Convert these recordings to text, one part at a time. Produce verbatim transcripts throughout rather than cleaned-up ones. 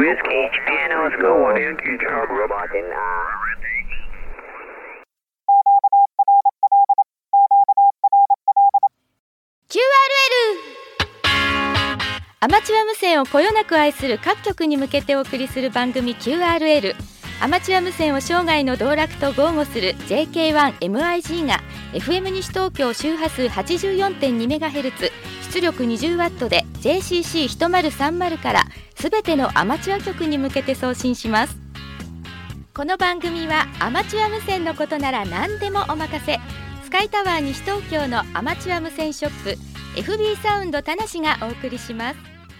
Whiskey, Japan, Oscar, one Yankee, Charlie Robot, and キューアールエル アマチュア無線をこよなく愛する各局に向けてお送りする番組 キューアールエル。 アマチュア無線を生涯の道楽と豪語する ジェーケーワンエムアイジー が エフエム 西東京周波数 はちじゅうよんてんにメガヘルツ 出力 にじゅうワット で ジェーシーシーひとまるさんまる からすべてのアマチュア局に向けて送信します。この番組はアマチュア無線のことなら何でもお任せ、スカイタワー西東京のアマチュア無線ショップ エフビー サウンド田無がお送りします。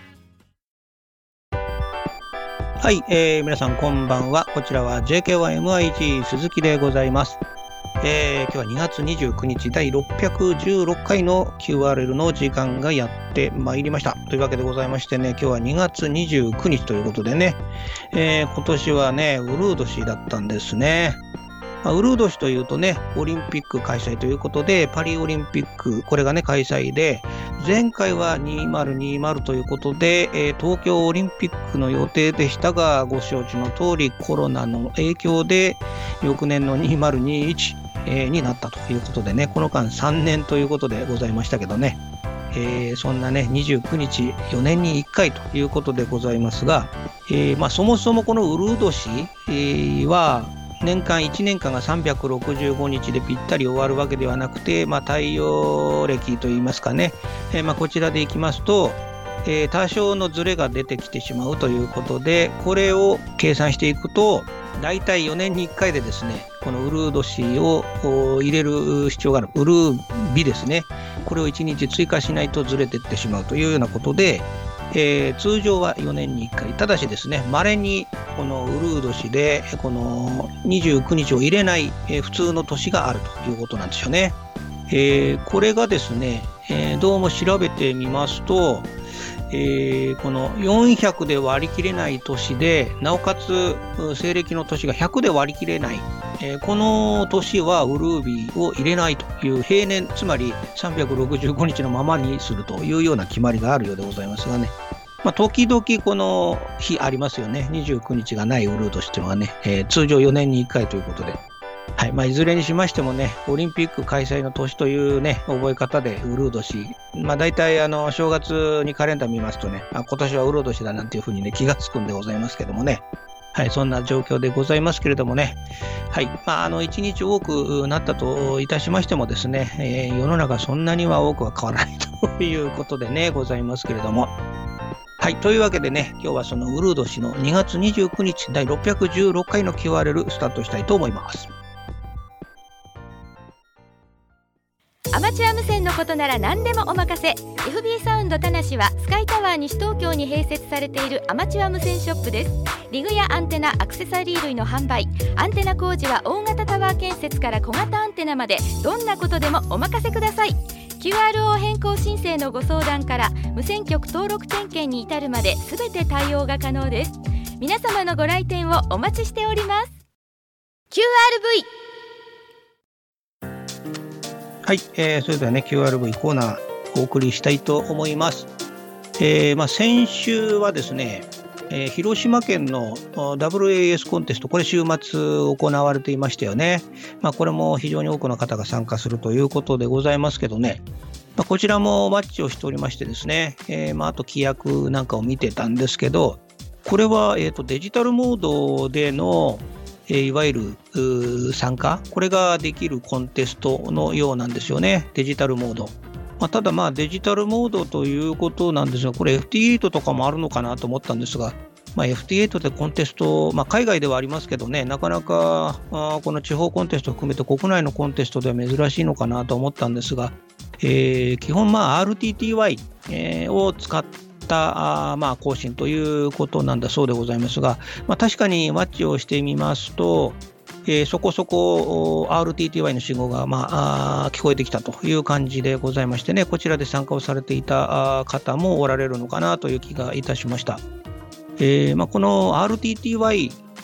はい、えー、皆さんこんばんは。こちらは ジェーケーワンエムアイジー 鈴木でございます。えー、今日はにがつにじゅうくにちだいろっぴゃくじゅうろっかいの キューアールエル の時間がやってまいりましたというわけでございましてね、今日はにがつにじゅうくにちということでね、えー、今年はねウルー年だったんですね。まあ、ウルー年というとね、オリンピック開催ということで、パリオリンピック、これがね、開催で、前回はにせんにじゅうということで、えー、東京オリンピックの予定でしたが、ご承知の通りコロナの影響で、翌年のにせんにじゅういち、えー、になったということでね、この間さんねんということでございましたけどね、えー、そんなね、にじゅうくにち、よねんにいっかいということでございますが、えーまあ、そもそもこのウルー年、えー、は、年間いちねんかんがさんびゃくろくじゅうごにちでぴったり終わるわけではなくて、まあ、太陽暦といいますかね、えーまあ、こちらでいきますと、えー、多少のズレが出てきてしまうということで、これを計算していくとだいたいよねんにいっかいでですね、このウルー年を入れる必要がある、ウルー日ですね、これをいちにち追加しないとずれていってしまうというようなことで、えー、通常はよねんにいっかい、ただしですね、稀にこのウルー年でこのにじゅうくにちを入れない、えー、普通の年があるということなんですよね。えー、これがですね、えー、どうも調べてみますと、えー、このよんひゃくで割り切れない年で、なおかつ西暦の年がひゃくで割り切れない、えー、この年はウルー日を入れないという平年、つまりさんびゃくろくじゅうごにちのままにするというような決まりがあるようでございますがね、まあ、時々この日ありますよね。にじゅうくにちがないウルー年というのはね、えー、通常よねんにいっかいということで、はい、まあ、いずれにしましてもね、オリンピック開催の年というね、覚え方でウルー年、まあ、大体あの正月にカレンダー見ますとね、あ、今年はウルー年だなんていうふうにね、気がつくんでございますけどもね、はい、そんな状況でございますけれどもね、はい、まあ、あのいちにち多くなったといたしましてもですね、えー、世の中そんなには多くは変わらないということでね、ございますけれども、はい、というわけでね、今日はそのウルー年のにがつにじゅうくにちだいろっぴゃくじゅうろっかいの キューアールエル スタートしたいと思います。 アマチュア無線のことなら何でもお任せ。 エフビー サウンド田無はスカイタワー西東京に併設されているアマチュア無線ショップです。リグやアンテナ、アクセサリー類の販売、アンテナ工事は大型タワー建設から小型アンテナまで、どんなことでもお任せください。 キューアールオー 変更申請のご相談から無線局登録点検に至るまで全て対応が可能です。皆様のご来店をお待ちしております。 キューアールブイ。 はい、えー、それではね キューアールブイ コーナーお送りしたいと思います。えーまあ、先週はですね、えー、広島県の ダブリューエーエス コンテスト、これ週末行われていましたよね。まあ、これも非常に多くの方が参加するということでございますけどね、まあ、こちらもマッチをしておりましてですね、えーまあ、あと規約なんかを見てたんですけど、これは、えーと、デジタルモードでのえー、いわゆる参加、これができるコンテストのようなんですよね、デジタルモード。まあ、ただまあデジタルモードということなんですが、これ エフティーエイト とかもあるのかなと思ったんですが、まあ、エフティーエイト でコンテスト、まあ、海外ではありますけどね、なかなかあこの地方コンテストを含めて国内のコンテストでは珍しいのかなと思ったんですが、えー、基本まあ アールティーティーワイ、えー、を使ってあまあ更新ということなんだそうでございますが、まあ、確かにマッチをしてみますと、えー、そこそこ アールティーティーワイ の信号が、まあ、あ聞こえてきたという感じでございましてね、こちらで参加をされていた方もおられるのかなという気がいたしました。えーまあ、この アールティーティーワイ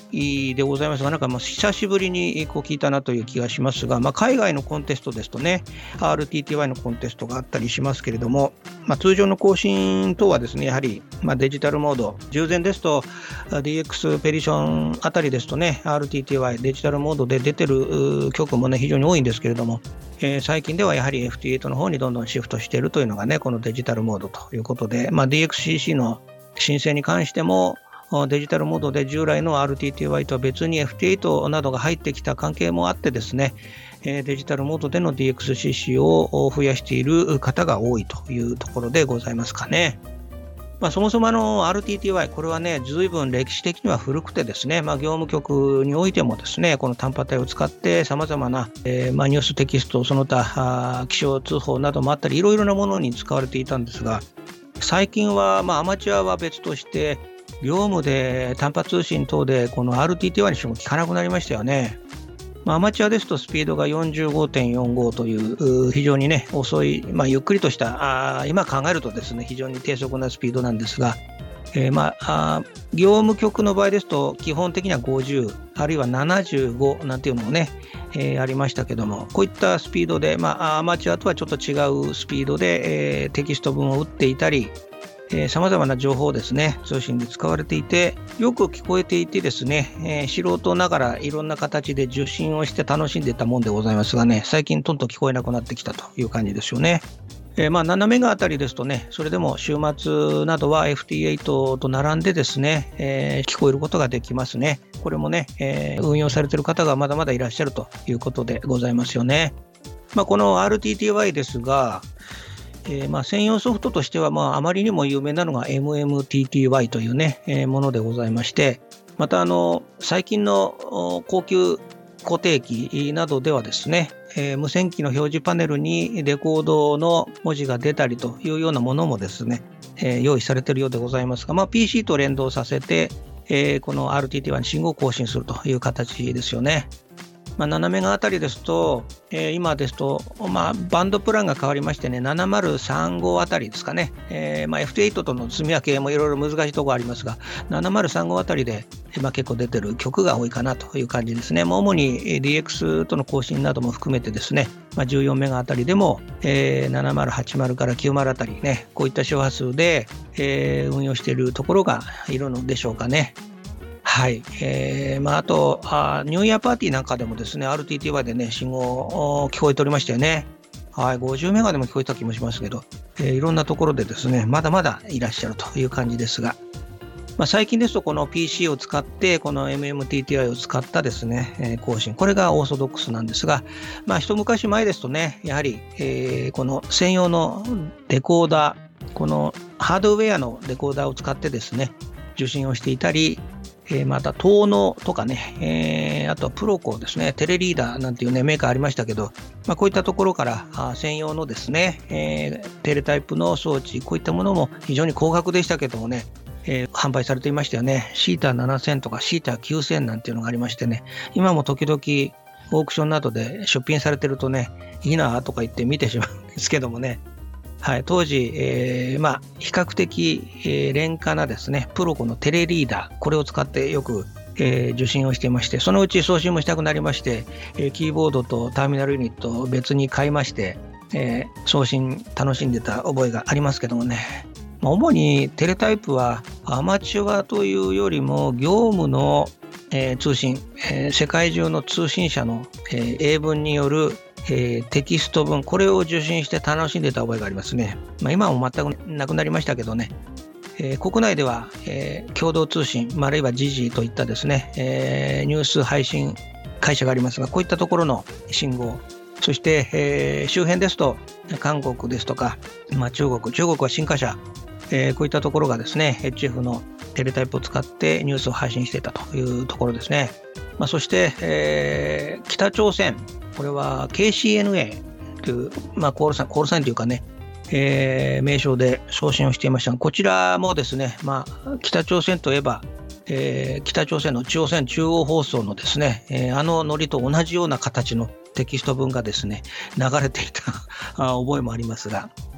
でございますが、なんかもう久しぶりにこう聞いたなという気がしますが、まあ、海外のコンテストですとね アールティーティーワイ のコンテストがあったりしますけれども、まあ、通常の更新とはですねやはりまあデジタルモード、従前ですと ディーエックス ペディションあたりですとね アールティーティーワイ デジタルモードで出てる曲もね非常に多いんですけれども、えー、最近ではやはり エフティーエイト の方にどんどんシフトしているというのがねこのデジタルモードということで、まあ、ディーエックスシーシー の申請に関してもデジタルモードで従来の アールティーティーワイ とは別に エフティーエイト などが入ってきた関係もあってですね、デジタルモードでの ディーエックスシーシー を増やしている方が多いというところでございますかね。まあ、そもそもの アールティーティーワイ、これはね、随分歴史的には古くてですね、まあ、業務局においてもですね、この単波体を使って様々な、えーまあ、ニューステキスト、その他気象通報などもあったり、いろいろなものに使われていたんですが、最近は、まあ、アマチュアは別として、業務で単波通信等でこの アールティーティーワイ にしても効かなくなりましたよね。まあ、アマチュアですとスピードが よんじゅうごてんよんご という非常にね遅い、まあ、ゆっくりとしたあ今考えるとですね非常に低速なスピードなんですが、えーまあ、あ業務局の場合ですと基本的にはごじゅうあるいはななじゅうごなんていうのもね、えー、ありましたけども、こういったスピードで、まあ、アマチュアとはちょっと違うスピードで、えー、テキスト文を打っていたりさまざまな情報をですね通信で使われていてよく聞こえていてですね、えー、素人ながらいろんな形で受信をして楽しんでいたもんでございますがね、最近とんと聞こえなくなってきたという感じですよね。えー、まあななメガあたりですとね、それでも週末などは エフティーエイト と並んでですね、えー、聞こえることができますね。これもね、えー、運用されている方がまだまだいらっしゃるということでございますよね。まあ、この アールティーティーワイ ですが、えーまあ、専用ソフトとしては、まあ、あまりにも有名なのが エムエムティーティーワイ というね、えー、ものでございまして、またあの最近の高級固定機などではですね、えー、無線機の表示パネルにレコードの文字が出たりというようなものもですね、えー、用意されているようでございますが、まあ、ピーシー と連動させて、えー、この アールティーティーワイ に信号を更新するという形ですよね。まあ、ななメガあたりですと、えー、今ですと、まあ、バンドプランが変わりましてね、ななまるさんごあたりですかね、えーまあ、エフティーエイト との積み分けもいろいろ難しいところありますが、ななまるさんごあたりで、まあ、結構出てる曲が多いかなという感じですね。もう主に ディーエックス との更新なども含めてですね、まあ、じゅうよんメガあたりでも、えー、ななまるはちまるからきゅうまるあたりね、こういった周波数で、えー、運用しているところがいるのでしょうかね。はい、えーまあ、あとあニューイヤーパーティーなんかでもですね アールティーティーワイ でね信号聞こえておりましたよね。はい、ごじゅうメガでも聞こえた気もしますけど、えー、いろんなところでですねまだまだいらっしゃるという感じですが、まあ、最近ですとこの ピーシー を使ってこの エムエムティーティーワイ を使ったですね、えー、更新、これがオーソドックスなんですが、まあ、一昔前ですとねやはり、えー、この専用のデコーダー、このハードウェアのデコーダーを使ってですね受信をしていたり、えー、また東能とかね、えー、あとはプロコですね、テレリーダーなんていうねメーカーありましたけど、まあ、こういったところからあ専用のですね、えー、テレタイプの装置、こういったものも非常に高額でしたけどもね、えー、販売されていましたよね。シーターななせんとかシーターきゅうせんなんていうのがありましてね、今も時々オークションなどで出品されてるとね、いいなとか言って見てしまうんですけどもね、はい、当時、えーまあ、比較的、えー、廉価なですねプロコのテレリーダー、これを使ってよく、えー、受信をしていまして、そのうち送信もしたくなりまして、えー、キーボードとターミナルユニットを別に買いまして、えー、送信楽しんでた覚えがありますけどもね、まあ、主にテレタイプはアマチュアというよりも業務の、えー、通信、えー、世界中の通信社の、えー、英文によるえー、テキスト文、これを受信して楽しんでた覚えがありますね。まあ、今はもう全くなくなりましたけどね、えー、国内では、えー、共同通信、あるいはジジーといったですね、えー、ニュース配信会社がありますが、こういったところの信号、そして、えー、周辺ですと韓国ですとか、まあ、中国、中国は新華社、えー、こういったところがですね エイチエフ のテレタイプを使ってニュースを配信していたというところですね。まあ、そして、えー、北朝鮮、これは ケーシーエヌエー という、まあ、コールサイン、コールサインというかね、えー、名称で送信をしていましたが、こちらもですね、まあ、北朝鮮といえば、えー、北朝鮮の朝鮮中央放送のですね、えー、あのノリと同じような形のテキスト文がですね、流れていた覚えもありますが、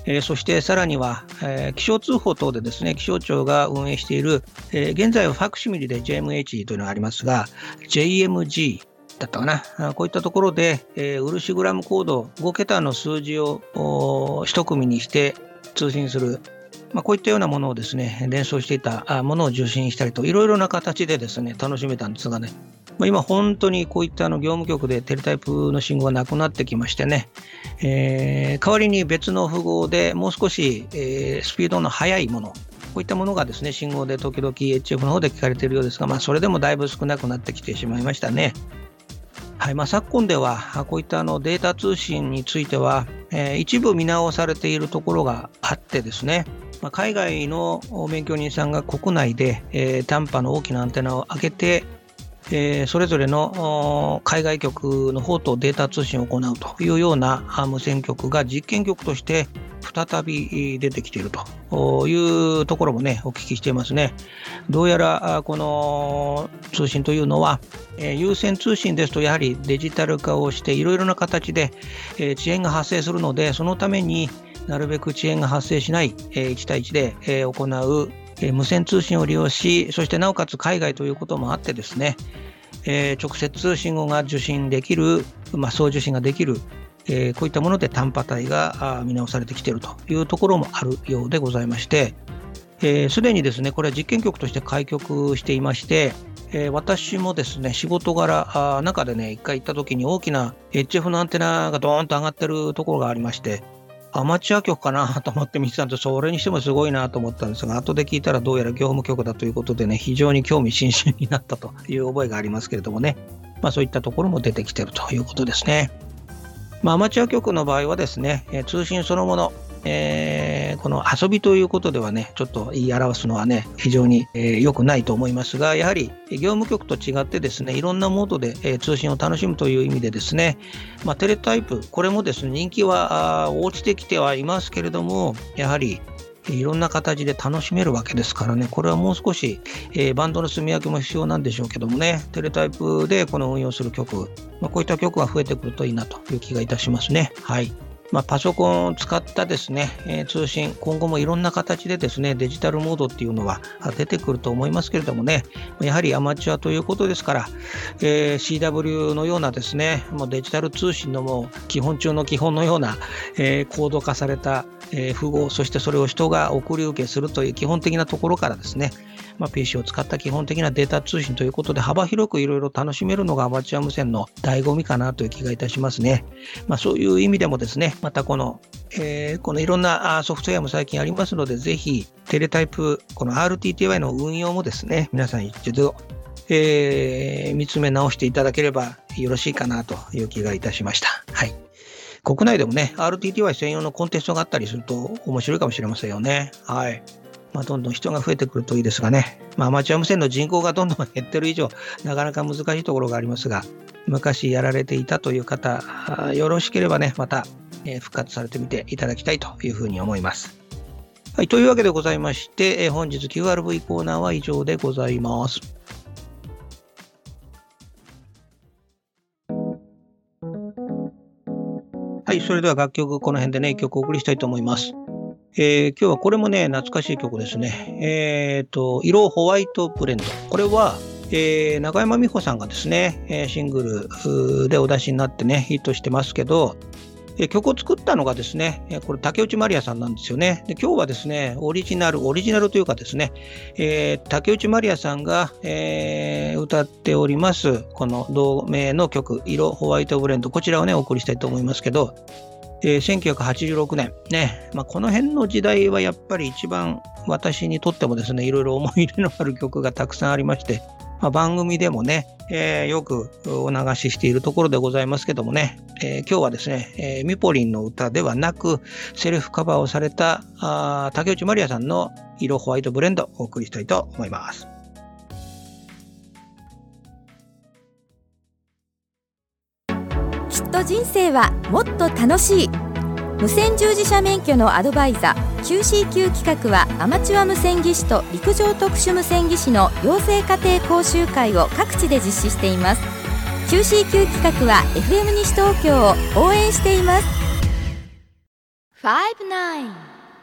えー、そしてさらには、えー、気象通報等でですね、気象庁が運営している、えー、現在はファクシミリで ジェーエムエイチ というのがありますが、ジェイエムジーだったかな、こういったところで、えー、ウルシグラムコードご桁の数字を一組にして通信する、まあ、こういったようなものをですね、連想していたものを受信したりと、いろいろな形でですね、楽しめたんですがね、まあ、今本当にこういったあの業務局でテレタイプの信号がなくなってきましてね、えー、代わりに別の符号でもう少し、えー、スピードの速いもの、こういったものがですね、信号で時々 エイチエフ の方で聞かれているようですが、まあ、それでもだいぶ少なくなってきてしまいましたね。はい、まあ、昨今ではこういったあのデータ通信については、えー、一部見直されているところがあってですね、まあ、海外の免許人さんが国内で、えー、短波の大きなアンテナを上げて、えー、それぞれの海外局の方とデータ通信を行うというような無線局が実験局として再び出てきているというところもね、お聞きしていますね。どうやらこの通信というのは、えー、有線通信ですとやはりデジタル化をしていろいろな形で、えー、遅延が発生するので、そのためになるべく遅延が発生しない、えー、いち対いちで、えー、行う、えー、無線通信を利用し、そしてなおかつ海外ということもあってですね、えー、直接信号が受信できる、まあ、送受信ができる、えー、こういったもので短波帯が見直されてきているというところもあるようでございまして、すで、えー、にですね、これは実験局として開局していまして、えー、私もですね、仕事柄中でね、一回行った時に大きな エイチエフ のアンテナがドーンと上がってるところがありまして、アマチュア局かなと思って見てたんで、それにしてもすごいなと思ったんですが、後で聞いたらどうやら業務局だということでね、非常に興味津々になったという覚えがありますけれどもね、まあそういったところも出てきているということですね。まあ、アマチュア局の場合はですね、通信そのもの、えー、この遊びということではね、ちょっと言い表すのはね、非常に、えー、良くないと思いますが、やはり業務局と違ってですね、いろんなモードで、えー、通信を楽しむという意味でですね、まあ、テレタイプ、これもですね、人気は落ちてきてはいますけれども、やはりいろんな形で楽しめるわけですからね、これはもう少し、えー、バンドの住み分けも必要なんでしょうけどもね、テレタイプでこの運用する曲、まあ、こういった曲が増えてくるといいなという気がいたしますね。はい。まあ、パソコンを使ったですね、えー、通信、今後もいろんな形でですね、デジタルモードっていうのは出てくると思いますけれどもね、やはりアマチュアということですから、えー、シーダブリュー のようなですね、もうデジタル通信のもう基本中の基本のような、えー、コード化された、えー、符号、そしてそれを人が送り受けするという基本的なところからですね、まあ、ピーシー を使った基本的なデータ通信ということで幅広くいろいろ楽しめるのがアマチュア無線の醍醐味かなという気がいたしますね。まあ、そういう意味でもですね、またこの、えー、このいろんなソフトウェアも最近ありますので、ぜひテレタイプ、この アールティーティーワイ の運用もですね、皆さん一度、えー、見つめ直していただければよろしいかなという気がいたしました。はい。国内でもね、アールティーティーワイ 専用のコンテストがあったりすると面白いかもしれませんよね。はい。まあ、どんどん人が増えてくるといいですがね、まあ、アマチュア無線の人口がどんどん減ってる以上、なかなか難しいところがありますが、昔やられていたという方、よろしければね、また復活されてみていただきたいというふうに思います。はい、というわけでございまして、本日 キューアールブイ コーナーは以上でございます。はい、それでは楽曲この辺でね、一曲お送りしたいと思います。えー、今日はこれもね、懐かしい曲ですね。えっと、色ホワイトブレンド。これは、えー、中山美穂さんがですね、えー、シングルでお出しになってね、ヒットしてますけど、えー、曲を作ったのがですね、えー、これ竹内まりやさんなんですよね。で、今日はですね、オリジナル、オリジナルというかですね、えー、竹内まりやさんが、えー、歌っております、この同名の曲、色ホワイトブレンド。こちらをね、お送りしたいと思いますけど、えー、せんきゅうひゃくはちじゅうろくねんね、まあ、この辺の時代はやっぱり一番私にとってもですね、いろいろ思い入れのある曲がたくさんありまして、まあ、番組でもね、えー、よくお流ししているところでございますけどもね、えー、今日はですね、えー、ミポリンの歌ではなくセルフカバーをされたあ竹内まりやさんの色ホワイトブレンドをお送りしたいと思います。 きっと人生はもっと楽しい。無線従事者免許のアドバイザー キューシーキュー 企画はアマチュア無線技師と陸上特殊無線技師の養成家庭講習会を各地で実施しています。 キューシーキュー 企画は エフエム 西東京を応援しています。 ファイブナイン。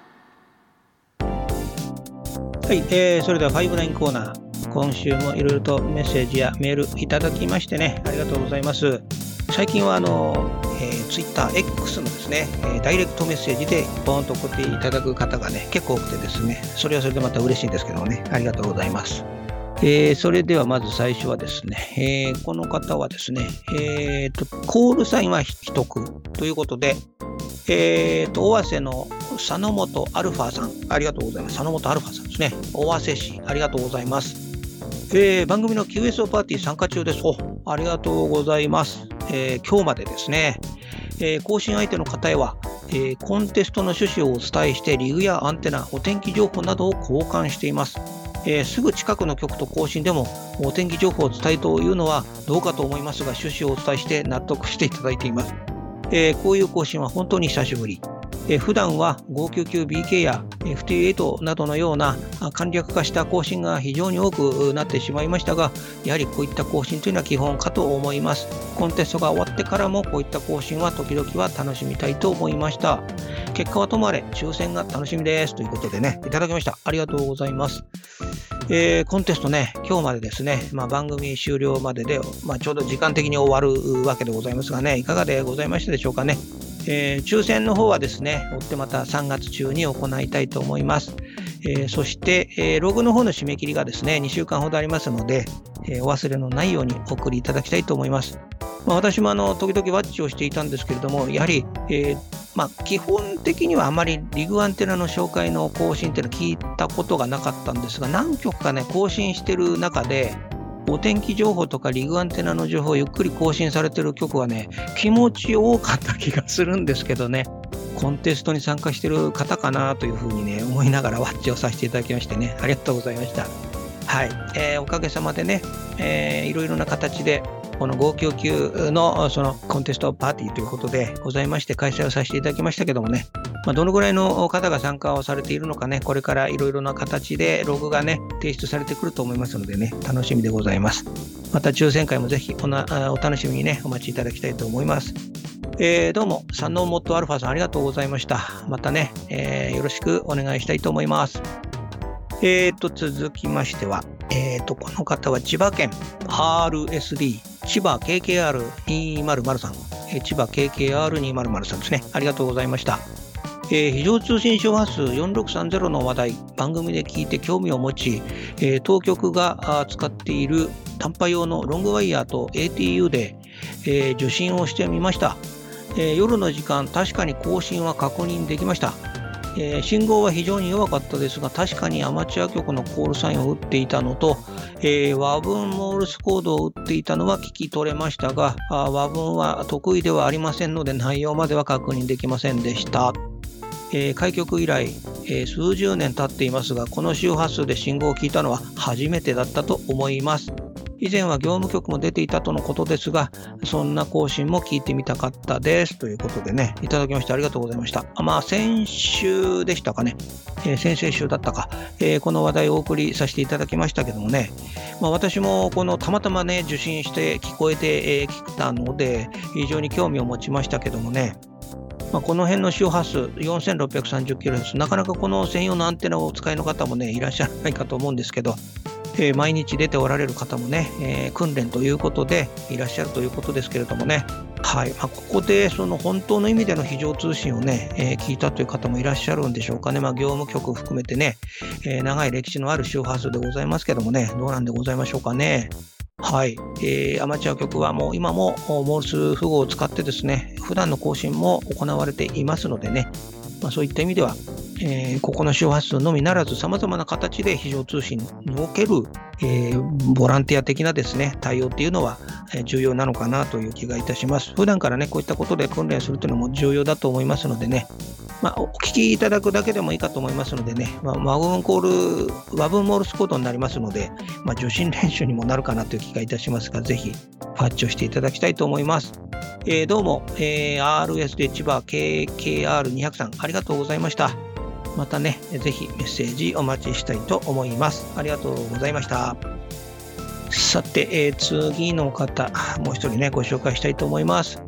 はい、えー、それではファイブナインコーナー、今週もいろいろとメッセージやメールいただきましてね、ありがとうございます。最近はあの、えー、Twitter X のですね、えー、ダイレクトメッセージでポーンと送っていただく方がね結構多くてですね、それはそれでまた嬉しいんですけどもね、ありがとうございます。えー、それではまず最初はですね、えー、この方はですね、えー、とコールサインは秘匿ということで、えー、と尾鷲の佐野本アルファさん、ありがとうございます。佐野本アルファさんですね、尾鷲市、ありがとうございます。えー、番組の キューエスオー パーティー参加中です。お、ありがとうございます。えー、今日までですね、えー、更新相手の方へは、えー、コンテストの趣旨をお伝えしてリグやアンテナ、お天気情報などを交換しています。えー、すぐ近くの局と更新でもお天気情報を伝えというのはどうかと思いますが、趣旨をお伝えして納得していただいています。えー、こういう更新は本当に久しぶり。えー、普段は ごきゅうきゅうビーケー や エフティーエイト などのような簡略化した更新が非常に多くなってしまいましたが、やはりこういった更新というのは基本かと思います。コンテストが終わってからもこういった更新は時々は楽しみたいと思いました。結果はともあれ抽選が楽しみですということでね、いただきました。ありがとうございます。えー、コンテストね、今日までですね、まあ、番組終了までで、まあ、ちょうど時間的に終わるわけでございますがね、いかがでございましたでしょうかね。えー、抽選の方はですね、追ってまたさんがつ中に行いたいと思います。えー、そして、えー、ログの方の締め切りがですね、にしゅうかんほどありますので、えー、お忘れのないようにお送りいただきたいと思います。まあ、私もあの時々ワッチをしていたんですけれども、やはり、えーまあ、基本的にはあまりリグアンテナの紹介の更新っていうのは聞いたことがなかったんですが、何曲かね更新してる中でお天気情報とかリグアンテナの情報をゆっくり更新されてる曲はね気持ち多かった気がするんですけどね、コンテストに参加してる方かなというふうにね思いながらワッチをさせていただきましてね、ありがとうございました。はい、えー、おかげさまでね、えー、いろいろな形でこのごきゅうきゅうのそのコンテストパーティーということでございまして開催をさせていただきましたけどもね、まあ、どのぐらいの方が参加をされているのかね、これからいろいろな形でログがね提出されてくると思いますのでね、楽しみでございます。また抽選会もぜひ お, なお楽しみにねお待ちいただきたいと思います。えー、どうもサンノーモットアルファさんありがとうございました。またね、えー、よろしくお願いしたいと思います。えーと続きましては、えーとこの方は千葉県 アールエスディー 千葉 ケーケーアールにーまるまる さん、えー、千葉 ケーケーアールにーまるまる さんですね、ありがとうございました。えー、非常通信周波数よんろくさんゼロの話題、番組で聞いて興味を持ち、えー、当局が使っている短波用のロングワイヤーと エーティーユー で、えー、受信をしてみました。えー、夜の時間確かに更新は確認できました。えー、信号は非常に弱かったですが、確かにアマチュア局のコールサインを打っていたのと、えー、和文モールスコードを打っていたのは聞き取れましたが、あ和文は得意ではありませんので内容までは確認できませんでした。えー、開局以来、えー、数十年経っていますが、この周波数で信号を聞いたのは初めてだったと思います。以前は業務局も出ていたとのことですが、そんな更新も聞いてみたかったですということでね、いただきましてありがとうございました。まあ先週でしたかね、えー、先々週だったか、えー、この話題をお送りさせていただきましたけどもね、まあ、私もこのたまたまね受信して聞こえて、えー、聞いたので非常に興味を持ちましたけどもね、まあ、この辺の周波数 よんせんろっぴゃくさんじゅうキロヘルツ、なかなかこの専用のアンテナをお使いの方もねいらっしゃらないかと思うんですけど、えー、毎日出ておられる方もね、えー、訓練ということでいらっしゃるということですけれどもね、はい、まあ、ここでその本当の意味での非常通信をね、えー、聞いたという方もいらっしゃるんでしょうかね。まあ、業務局を含めてね、えー、長い歴史のある周波数でございますけどもね、どうなんでございましょうかね。はい、えー、アマチュア局はもう今もモールス符号を使ってですね、普段の更新も行われていますのでね、まあ、そういった意味では、えー、ここの周波数のみならず様々な形で非常通信における、えー、ボランティア的なですね対応っていうのは、えー、重要なのかなという気がいたします。普段からねこういったことで訓練するというのも重要だと思いますのでね、まあ、お聞きいただくだけでもいいかと思いますのでね、まあ、和文コール和文モールスコードになりますので、まあ、受信練習にもなるかなという気がいたしますが、ぜひファッチをしていただきたいと思います。えー、どうも、えー、アールエス で千葉 ケーケーアールにひゃく さんありがとうございました。またね、ぜひメッセージお待ちしたいと思います。ありがとうございました。さて、えー、次の方、もう一人ね、ご紹介したいと思います。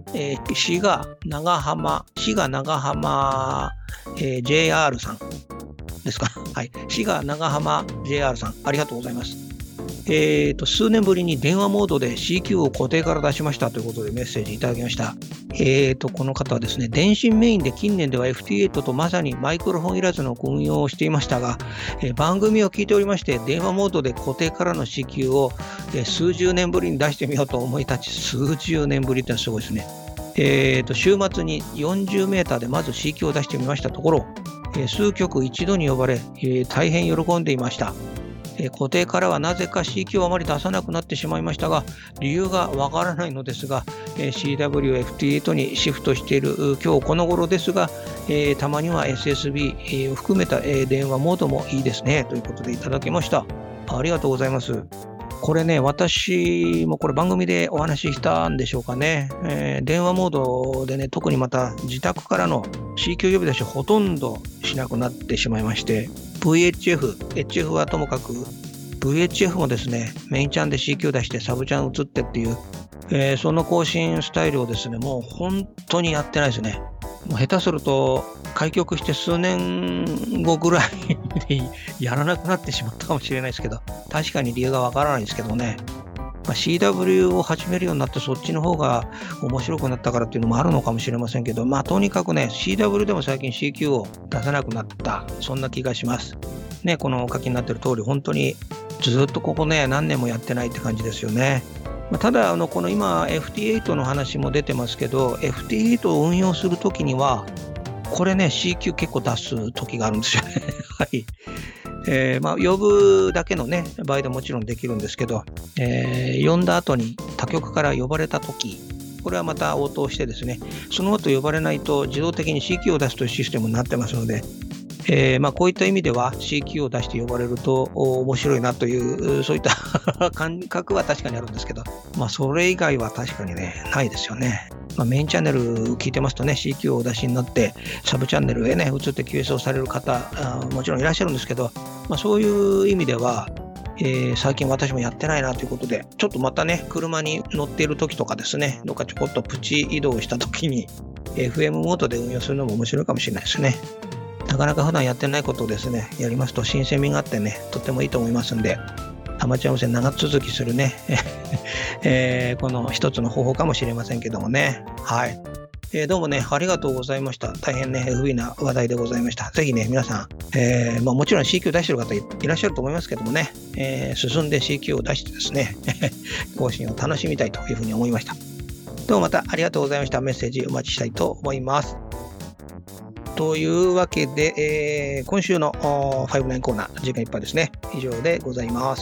えー、滋賀長浜、滋賀長浜、えー、ジェイアール さんですか。はい。滋賀長浜 ジェイアール さん、ありがとうございます。えーと、数年ぶりに電話モードで シーキュー を固定から出しましたということでメッセージいただきました。えーと、この方はですね、電信メインで近年では エフティーエイト とまさにマイクロフォンいらずの運用をしていましたが、えー、番組を聞いておりまして、電話モードで固定からの シーキュー を、えー、数十年ぶりに出してみようと思い立ち、数十年ぶりってすごいですね。えーと、週末によんじゅうメーターでまず シーキュー を出してみましたところ、えー、数曲一度に呼ばれ、えー、大変喜んでいました。固定からはなぜか シーキュー をあまり出さなくなってしまいましたが、理由がわからないのですが、シーダブリューエフティーエイト にシフトしている今日この頃ですが、えー、たまには エスエスビー を含めた、えー、電話モードもいいですねということでいただきました。ありがとうございます。これね、私もこれ番組でお話ししたんでしょうかね。えー、電話モードでね、特にまた自宅からの シーキュー 呼び出しほとんどしなくなってしまいまして、ブイエイチエフ、エイチエフ はともかく ブイエイチエフ もですね、メインチャンで シーキュー 出してサブチャン移ってっていう、えー、その更新スタイルをですね、もう本当にやってないですね。もう下手すると開局して数年後ぐらいでやらなくなってしまったかもしれないですけど、確かに理由がわからないですけどね。まあ、シーダブリュー を始めるようになってそっちの方が面白くなったからっていうのもあるのかもしれませんけど、まあとにかくね シーダブリュー でも最近 シーキュー を出さなくなった、そんな気がしますね。このお書きになっている通り本当にずっとここね何年もやってないって感じですよね。まあ、ただあのこの今 エフティーエイト の話も出てますけど、 エフティーエイト を運用するときにはこれね シーキュー 結構出す時があるんですよねはい。えーまあ、呼ぶだけのね場合でもちろんできるんですけど、えー、呼んだ後に他局から呼ばれた時、これはまた応答してですね、その後呼ばれないと自動的に シーキュー を出すというシステムになってますので、えーまあ、こういった意味では シーキュー を出して呼ばれると面白いなというそういった感覚は確かにあるんですけど、まあ、それ以外は確かにねないですよね。まあ、メインチャンネル聞いてますとね シーキュー をお出しになってサブチャンネルへね移って キューエス をされる方あもちろんいらっしゃるんですけど、まあ、そういう意味では、えー、最近私もやってないなということで、ちょっとまたね車に乗っている時とかですね、どっかちょこっとプチ移動した時に エフエム モードで運用するのも面白いかもしれないですね。なかなか普段やってないことをですねやりますと新鮮味があってねとってもいいと思いますんで、アマチュア無線長続きするね、えー、この一つの方法かもしれませんけどもね。はい、えー、どうもねありがとうございました。大変ね エフビー な話題でございました。ぜひね皆さん、えーまあ、もちろん シーキュー 出してる方 い, いらっしゃると思いますけどもね、えー、進んで シーキュー を出してですね更新を楽しみたいというふうに思いました。どうもまたありがとうございました。メッセージお待ちしたいと思います。というわけで、えー、今週のごじゅうきゅうコーナー時間いっぱいですね。以上でございます。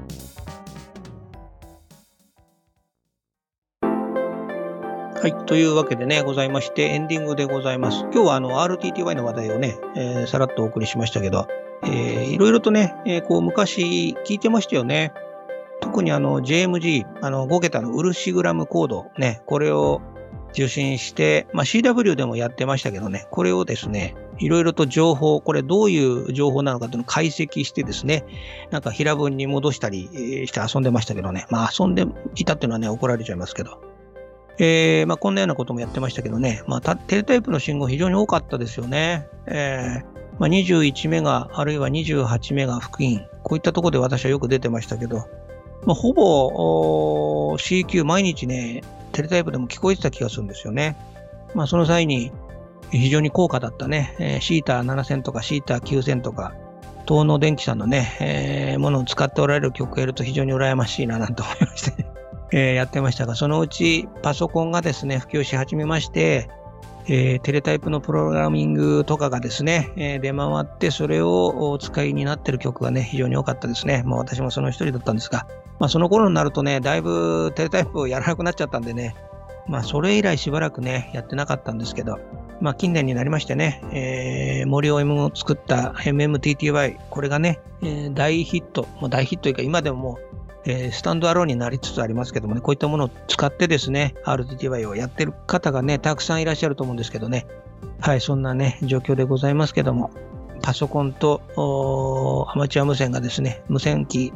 はい、というわけでねございましてエンディングでございます。今日はあの アールティーティーワイ の話題をね、えー、さらっとお送りしましたけど、えー、いろいろとね、えー、こう昔聞いてましたよね。特にあの ジェーエムジー あのご桁のウルシグラムコードね、これを受信して、まあ、シーダブリュー でもやってましたけどね、これをですね、いろいろと情報、これどういう情報なのかというのを解析してですね、なんか平文に戻したりして遊んでましたけどね、まあ遊んでいたっていうのはね、怒られちゃいますけど、えー、まあこんなようなこともやってましたけどね、まあテレタイプの信号非常に多かったですよね。えーまあ、にじゅういちメガあるいはにじゅうはちメガ付近、こういったところで私はよく出てましたけど、まあ、ほぼ シーキュー 毎日ね、テレタイプでも聞こえてた気がするんですよね。まあその際に非常に高価だったね、えー、シーターななせんとかシーターきゅうせんとか、東能電機さんのね、えー、ものを使っておられる曲をやると非常に羨ましいななんて思いまして、ねえー、やってましたが、そのうちパソコンがですね、普及し始めまして、えー、テレタイプのプログラミングとかがですね、えー、出回って、それをお使いになっている曲がね、非常に多かったですね。まあ私もその一人だったんですが、まあその頃になるとね、だいぶテレタイプをやらなくなっちゃったんでね、まあそれ以来しばらくね、やってなかったんですけど、まあ近年になりましてね、えー、森尾 M を作った エムエムティーティーワイ、これがね、えー、大ヒット、もう大ヒットというか今でももう、えー、スタンドアローンになりつつありますけどもね、こういったものを使ってですね、アールティーティーワイ をやってる方がね、たくさんいらっしゃると思うんですけどね。はい、そんなね、状況でございますけども、パソコンとアマチュア無線がですね、無線機、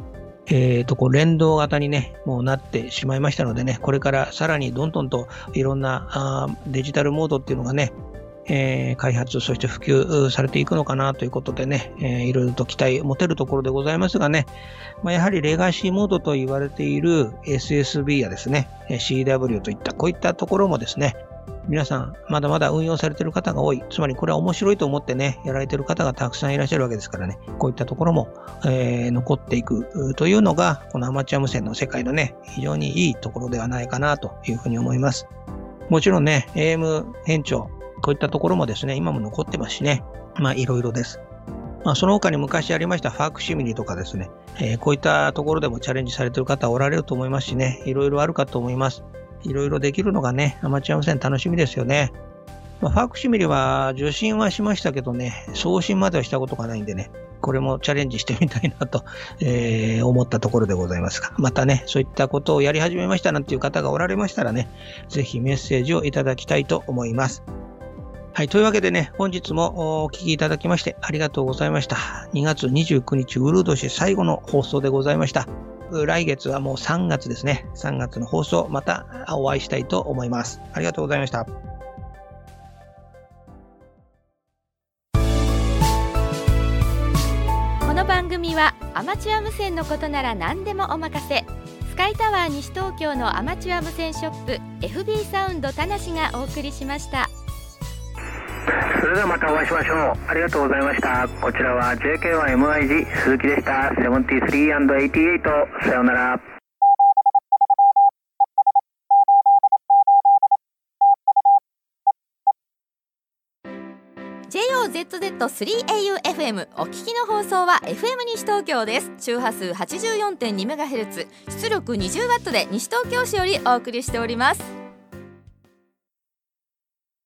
えーと、こう連動型にね、もうなってしまいましたのでね、これからさらにどんどんといろんなあデジタルモードっていうのがね、えー、開発、そして普及されていくのかなということでね、えー、いろいろと期待持てるところでございますがね、まあ、やはりレガシーモードと言われている エスエスビー やですね、シーダブリュー といったこういったところもですね、皆さんまだまだ運用されている方が多い。つまりこれは面白いと思ってね、やられている方がたくさんいらっしゃるわけですからね、こういったところも、えー、残っていくというのが、このアマチュア無線の世界のね、非常にいいところではないかなというふうに思います。もちろんね、エーエム 変調、こういったところもですね、今も残ってますしね、まあいろいろです。まあ、その他に昔ありましたファークシミリとかですね、えー、こういったところでもチャレンジされている方おられると思いますしね、いろいろあるかと思います。いろいろできるのがね、アマチュア無線楽しみですよね。まあ、ファークシミリは受信はしましたけどね、送信まではしたことがないんでね、これもチャレンジしてみたいなと、えー、思ったところでございますが、またね、そういったことをやり始めましたなんていう方がおられましたらね、ぜひメッセージをいただきたいと思います。はい、というわけでね、本日もお聞きいただきましてありがとうございました。にがつにじゅうくにちウルー年最後の放送でございました。来月はもうさんがつですね。さんがつの放送、またお会いしたいと思います。ありがとうございました。 この番組はアマチュア無線のことなら何でもお任せ。スカイタワー西東京のアマチュア無線ショップ エフビー サウンド田無がお送りしました。 それではまたお会いしましょう。ありがとうございました。こちらは ジェーケーワンエムアイジー 鈴木でした。ななじゅうさんアンドはちじゅうはち。さようなら。 ジェイオーゼットゼットスリーエーユーエフエム お聞きの放送は エフエム 西東京です。周波数 はちじゅうよんてんにメガヘルツ、出力 にじゅうワット で西東京市よりお送りしております。